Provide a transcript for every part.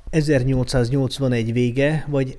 1881 vége, vagy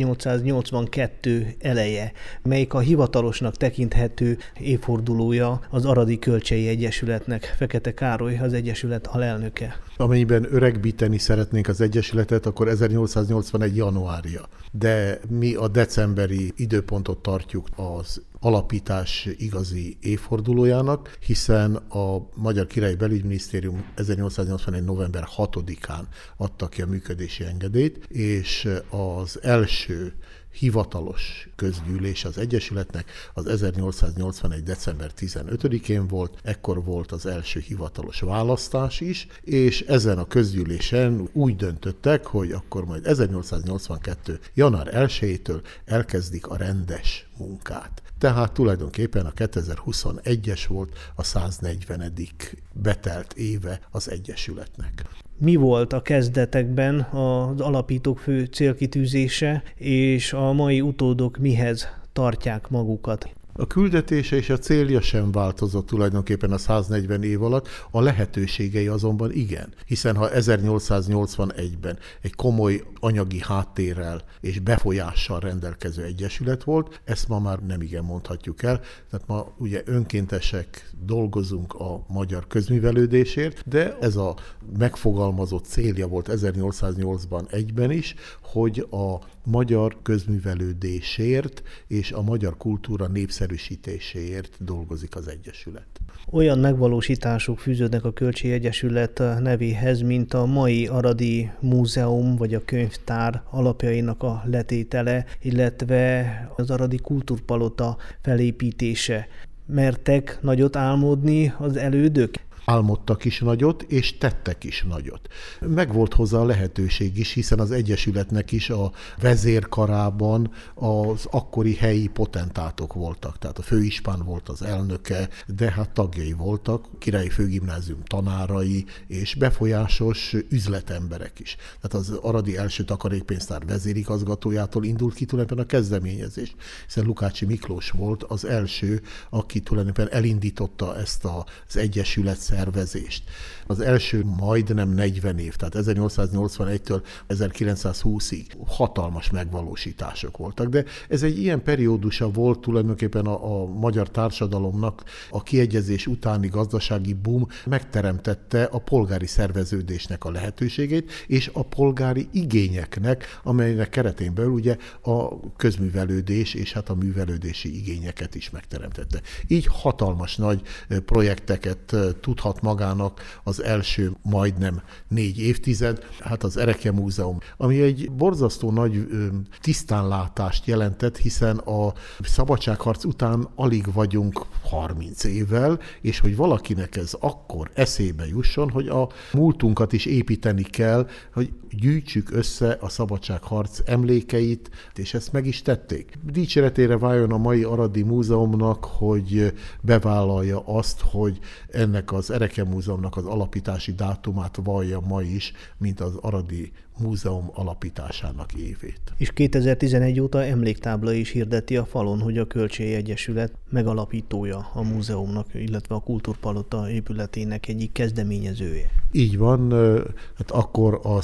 1882 eleje, melyik a hivatalosnak tekinthető évfordulója az Aradi Kölcsei Egyesületnek. Fekete Károly, az Egyesület alelnöke. Amennyiben öregbíteni szeretnénk az Egyesületet, akkor 1881. januárja. De mi a decemberi időpontot tartjuk az alapítás igazi évfordulójának, hiszen a Magyar Királyi Belügyminisztérium 1881. november 6-án adta ki a működési engedélyt, és az első hivatalos közgyűlés az Egyesületnek az 1881. december 15-én volt, ekkor volt az első hivatalos választás is, és ezen a közgyűlésen úgy döntöttek, hogy akkor majd 1882. január 1-től elkezdik a rendes munkát. Tehát tulajdonképpen a 2021-es volt a 140. betelt éve az Egyesületnek. Mi volt a kezdetekben az alapítók fő célkitűzése, és a mai utódok mihez tartják magukat? A küldetése és a célja sem változott tulajdonképpen a 140 év alatt, a lehetőségei azonban igen, hiszen ha 1881-ben egy komoly anyagi háttérrel és befolyással rendelkező egyesület volt, ezt ma már nem igen mondhatjuk el, tehát ma ugye önkéntesek dolgozunk a magyar közművelődésért, de ez a megfogalmazott célja volt 1808-ban egyben is, hogy a magyar közművelődésért és a magyar kultúra népszerűsítéséért dolgozik az Egyesület. Olyan megvalósítások fűződnek a Kölcsei Egyesület nevéhez, mint a mai Aradi Múzeum vagy a könyvtár alapjainak a letétele, illetve az Aradi Kultúrpalota felépítése. Mertek nagyot álmodni az elődök? Álmodtak is nagyot, és tettek is nagyot. Megvolt hozzá a lehetőség is, hiszen az Egyesületnek is a vezérkarában az akkori helyi potentátok voltak. Tehát a főispán volt az elnöke, de hát tagjai voltak, Királyi Főgimnázium tanárai, és befolyásos üzletemberek is. Tehát az aradi első takarékpénztár vezérigazgatójától indult ki tulajdonképpen a kezdeményezés, hiszen Lukácsi Miklós volt az első, aki tulajdonképpen elindította ezt az Egyesület szervezést. Az első majdnem 40 év, tehát 1881-től 1920-ig hatalmas megvalósítások voltak, de ez egy ilyen periódusa volt tulajdonképpen a magyar társadalomnak, a kiegyezés utáni gazdasági boom megteremtette a polgári szerveződésnek a lehetőségét, és a polgári igényeknek, amelynek keretén belül ugye a közművelődés és hát a művelődési igényeket is megteremtette. Így hatalmas nagy projekteket tudhat magának az első majdnem 4 évtized, hát az Erekje Múzeum, ami egy borzasztó nagy tisztánlátást jelentett, hiszen a szabadságharc után alig vagyunk 30 évvel, és hogy valakinek ez akkor eszébe jusson, hogy a múltunkat is építeni kell, hogy gyűjtsük össze a szabadságharc emlékeit, és ezt meg is tették. Dicséretére váljon a mai Aradi Múzeumnak, hogy bevállalja azt, hogy ennek az Erekje Múzeumnak az alapítási dátumát vallja ma is, mint az Aradi Múzeum alapításának évét. És 2011 óta emléktábla is hirdeti a falon, hogy a Kölcsei Egyesület megalapítója a múzeumnak, illetve a Kultúrpalota épületének egyik kezdeményezője. Így van, hát akkor a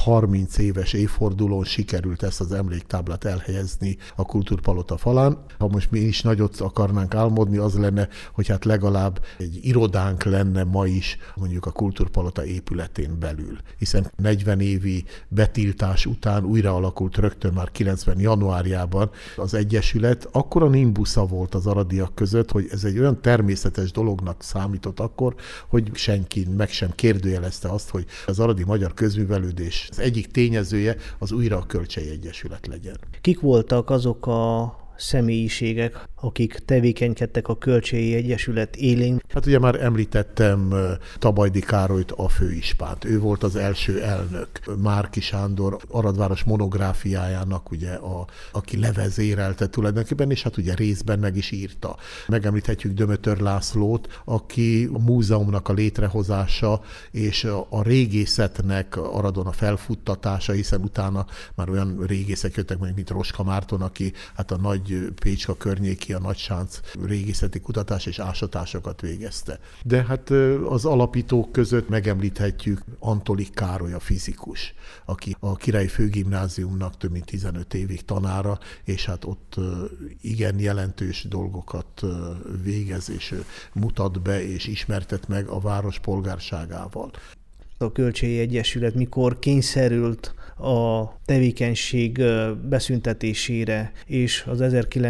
130 éves évfordulón sikerült ezt az emléktáblát elhelyezni a Kultúrpalota falán. Ha most mi is nagyot akarnánk álmodni, az lenne, hogy hát legalább egy irodánk lenne ma is mondjuk a Kultúrpalota épületén belül, hiszen 40 évi betiltás után újra alakult rögtön már 90 januárjában az Egyesület. Akkora nimbusza volt az aradiak között, hogy ez egy olyan természetes dolognak számított akkor, hogy senki meg sem kérdőjelezte azt, hogy az aradi magyar közművelődés az egyik tényezője az újra a Kölcsei Egyesület legyen. Kik voltak azok a személyiségek, akik tevékenykedtek a Kölcsei Egyesület élén? Hát ugye már említettem Tabajdi Károlyt, a főispánt. Ő volt az első elnök. Márki Sándor Aradváros monográfiájának, ugye, aki levezérelte tulajdonképpen, és hát ugye részben meg is írta. Megemlíthetjük Dömötör Lászlót, aki a múzeumnak a létrehozása és a régészetnek Aradon a felfuttatása, hiszen utána már olyan régészek jöttek, mint Roska Márton, aki hát a nagy Pécska környéki aki a Nagysánc régészeti kutatás és ásatásokat végezte. De hát az alapítók között megemlíthetjük Antolik Károly, a fizikus, aki a Királyi Főgimnáziumnak több mint 15 évig tanára, és hát ott igen jelentős dolgokat végez, és mutat be, és ismertet meg a város polgárságával. A Kölcsei Egyesület mikor kényszerült a tevékenység beszüntetésére, és az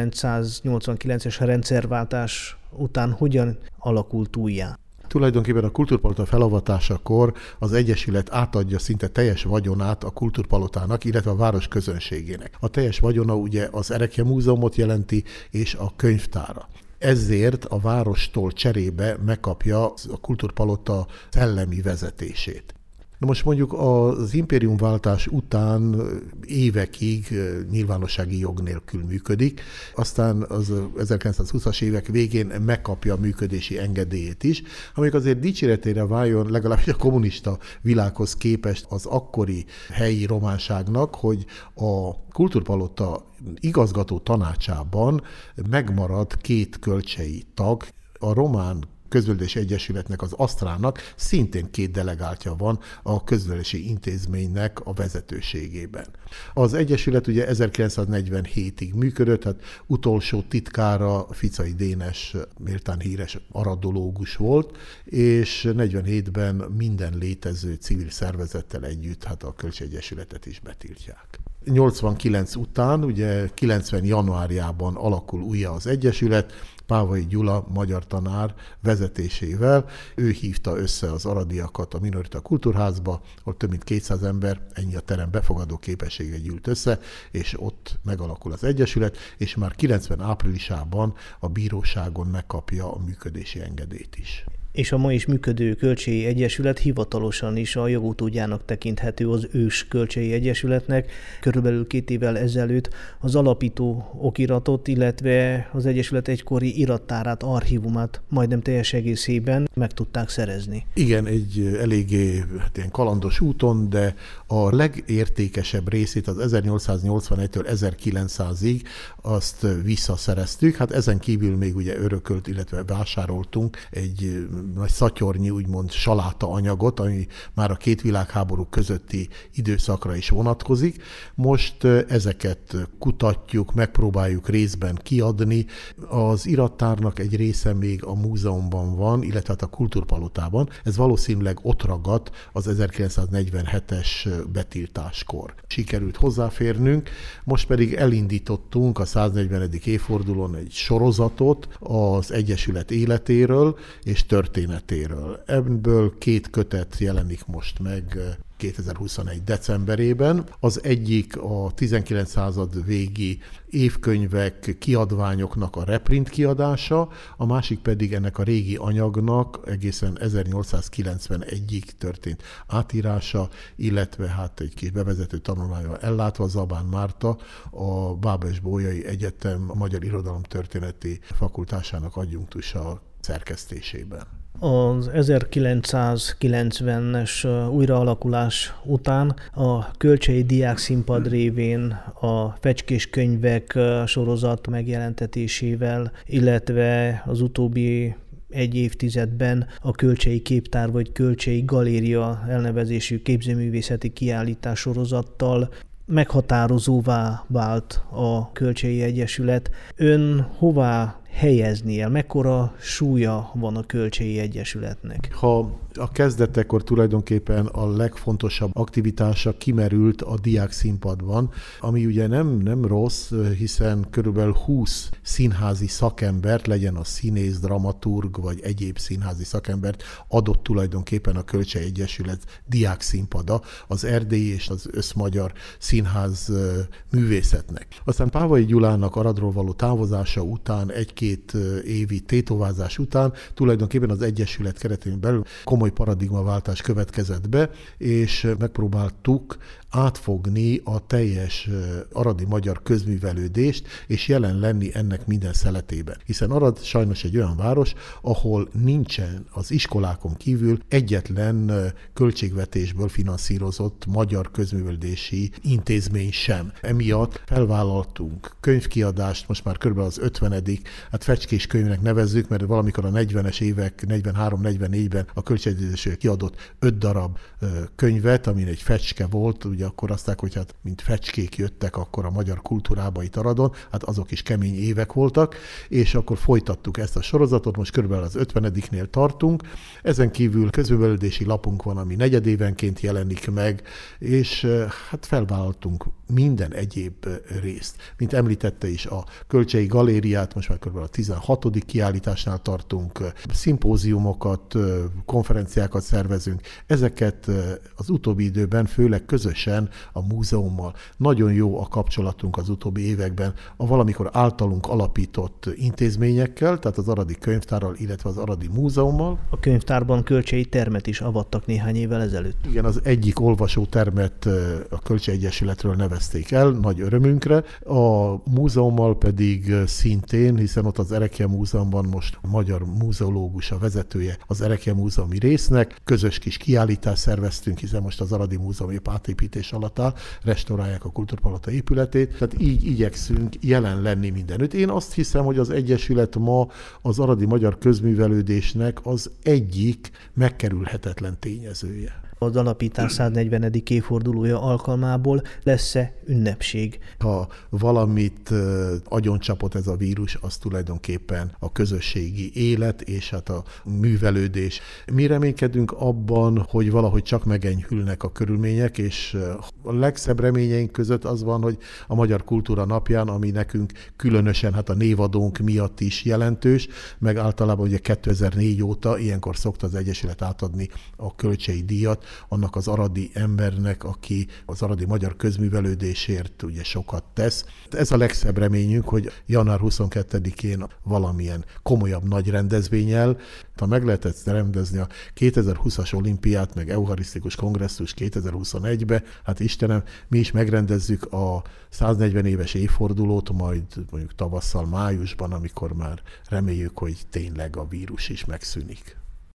1989-es rendszerváltás után hogyan alakult újjá? Tulajdonképpen a Kultúrpalota felavatásakor az Egyesület átadja szinte teljes vagyonát a Kultúrpalotának, illetve a város közönségének. A teljes vagyona ugye az Erekje Múzeumot jelenti, és a könyvtára. Ezért a várostól cserébe megkapja a Kultúrpalota szellemi vezetését. Na most mondjuk az impériumváltás után évekig nyilvánossági jog nélkül működik, aztán az 1920-as évek végén megkapja a működési engedélyét is, amik azért dicséretére váljon legalábbis a kommunista világhoz képest az akkori helyi románságnak, hogy a Kultúrpalota igazgató tanácsában megmarad 2 kölcsei tag, a román Közművelési Egyesületnek, az Asztrának szintén 2 delegáltja van a közművelési intézménynek a vezetőségében. Az Egyesület ugye 1947-ig működött, hát utolsó titkára Ficai Dénes méltán híres aradológus volt, és 47-ben minden létező civil szervezettel együtt hát a Kölcsei Egyesületet is betiltják. 89 után, ugye 90 januárjában alakul újra az Egyesület, Pávai Gyula magyar tanár vezetésével. Ő hívta össze az aradiakat a Minorita Kultúrházba, ott több mint 200 ember, ennyi a terem befogadó képessége gyűlt össze, és ott megalakul az Egyesület, és már 90 áprilisában a bíróságon megkapja a működési engedélyt is. És a ma is működő Kölcsei Egyesület hivatalosan is a jogutódjának tekinthető az ős Kölcsei Egyesületnek. Körülbelül 2 évvel ezelőtt az alapító okiratot, illetve az Egyesület egykori irattárát, archívumát majdnem teljes egészében meg tudták szerezni. Igen, egy eléggé ilyen kalandos úton, de a legértékesebb részét az 1881-től 1900-ig azt visszaszereztük. Hát ezen kívül még ugye örökölt, illetve vásároltunk egy nagy szatyornyi, úgymond saláta anyagot, ami már a 2 világháború közötti időszakra is vonatkozik. Most ezeket kutatjuk, megpróbáljuk részben kiadni. Az irattárnak egy része még a múzeumban van, illetve a Kultúrpalotában. Ez valószínűleg ott ragadt az 1947-es betiltáskor. Sikerült hozzáférnünk, most pedig elindítottunk a 140. évfordulón egy sorozatot az Egyesület életéről és történetéről. Ebből 2 kötet jelenik most meg 2021. decemberében. Az egyik a 19. század végi évkönyvek, kiadványoknak a reprint kiadása, a másik pedig ennek a régi anyagnak egészen 1891-ig történt átírása, illetve hát egy kis bevezető tanulmánnyal ellátva Zabán Márta, a Bábes-Bolyai Egyetem Magyar Irodalomtörténeti Fakultásának adjunktusa szerkesztésében. Az 1990-es újraalakulás után a Kölcsei Diákszínpad révén a Fecskés könyvek sorozat megjelentetésével, illetve az utóbbi 1 évtizedben a Kölcsei Képtár vagy Kölcsei Galéria elnevezésű képzőművészeti kiállítás sorozattal meghatározóvá vált a Kölcsei Egyesület. Ön hová helyezni el? Mekkora súlya van a Kölcsei Egyesületnek? Ha a kezdetekor tulajdonképpen a legfontosabb aktivitása kimerült a diákszínpadban, ami ugye nem rossz, hiszen körülbelül 20 színházi szakembert, legyen a színész, dramaturg vagy egyéb színházi szakembert adott tulajdonképpen a Kölcsei Egyesület diákszínpada az erdélyi és az összmagyar színház művészetnek. Aztán Pávai Gyulának Aradról való távozása után 1-2 12 évi tétovázás után tulajdonképpen az Egyesület keretén belül komoly paradigmaváltás következett be, és megpróbáltuk átfogni a teljes aradi magyar közművelődést, és jelen lenni ennek minden szeletében. Hiszen Arad sajnos egy olyan város, ahol nincsen az iskolákon kívül egyetlen költségvetésből finanszírozott magyar közművelődési intézmény sem. Emiatt felvállaltunk könyvkiadást, most már kb. Az 50. Hát fecskés könyvnek nevezzük, mert valamikor a 40-es évek, 43-44-ben a költségvetésről kiadott 5 darab könyvet, amin egy fecske volt, ugye akkor aztán, hogy hát mint fecskék jöttek akkor a magyar kultúrába itt Aradon, hát azok is kemény évek voltak, és akkor folytattuk ezt a sorozatot, most körülbelül az 50-nél tartunk. Ezen kívül közművelődési lapunk van, ami negyedévenként jelenik meg, és hát felvállaltunk minden egyéb részt. Mint említette is, a Kölcsei Galériát, most már kb. A 16. kiállításnál tartunk, szimpóziumokat, konferenciákat szervezünk. Ezeket az utóbbi időben főleg közösen a múzeummal. Nagyon jó a kapcsolatunk az utóbbi években a valamikor általunk alapított intézményekkel, tehát az Aradi Könyvtárral, illetve az Aradi Múzeummal. A könyvtárban Kölcsei termet is avattak néhány évvel ezelőtt. Igen, az egyik olvasótermet a Kölcsei Egyesületről nevezték el, nagy örömünkre. A múzeummal pedig szintén, hiszen ott az Erekje Múzeumban most a magyar múzeológus a vezetője az Erekje Múzeumi résznek. Közös kis kiállítást szerveztünk, hiszen most az Aradi Múzeum épp átépítés alatt áll, restaurálják a Kultúrpalota épületét, tehát így igyekszünk jelen lenni mindenütt. Én azt hiszem, hogy az Egyesület ma az aradi magyar közművelődésnek az egyik megkerülhetetlen tényezője. Az alapítás 140. évfordulója alkalmából lesz-e ünnepség? Ha valamit agyoncsapott ez a vírus, az tulajdonképpen a közösségi élet és hát a művelődés. Mi reménykedünk abban, hogy valahogy csak megenyhülnek a körülmények, és a legszebb reményeink között az van, hogy a Magyar Kultúra Napján, ami nekünk különösen hát a névadónk miatt is jelentős, meg általában ugye 2004 óta ilyenkor szokta az Egyesület átadni a Kölcsei díjat annak az aradi embernek, aki az aradi magyar közművelődésért ugye sokat tesz. Ez a legszebb reményünk, hogy január 22-én valamilyen komolyabb nagy rendezvénnyel, ha meg lehetett rendezni a 2020-as olimpiát, meg eucharisztikus kongresszus 2021-be, hát Istenem, mi is megrendezzük a 140 éves évfordulót, majd mondjuk tavasszal, májusban, amikor már reméljük, hogy tényleg a vírus is megszűnik.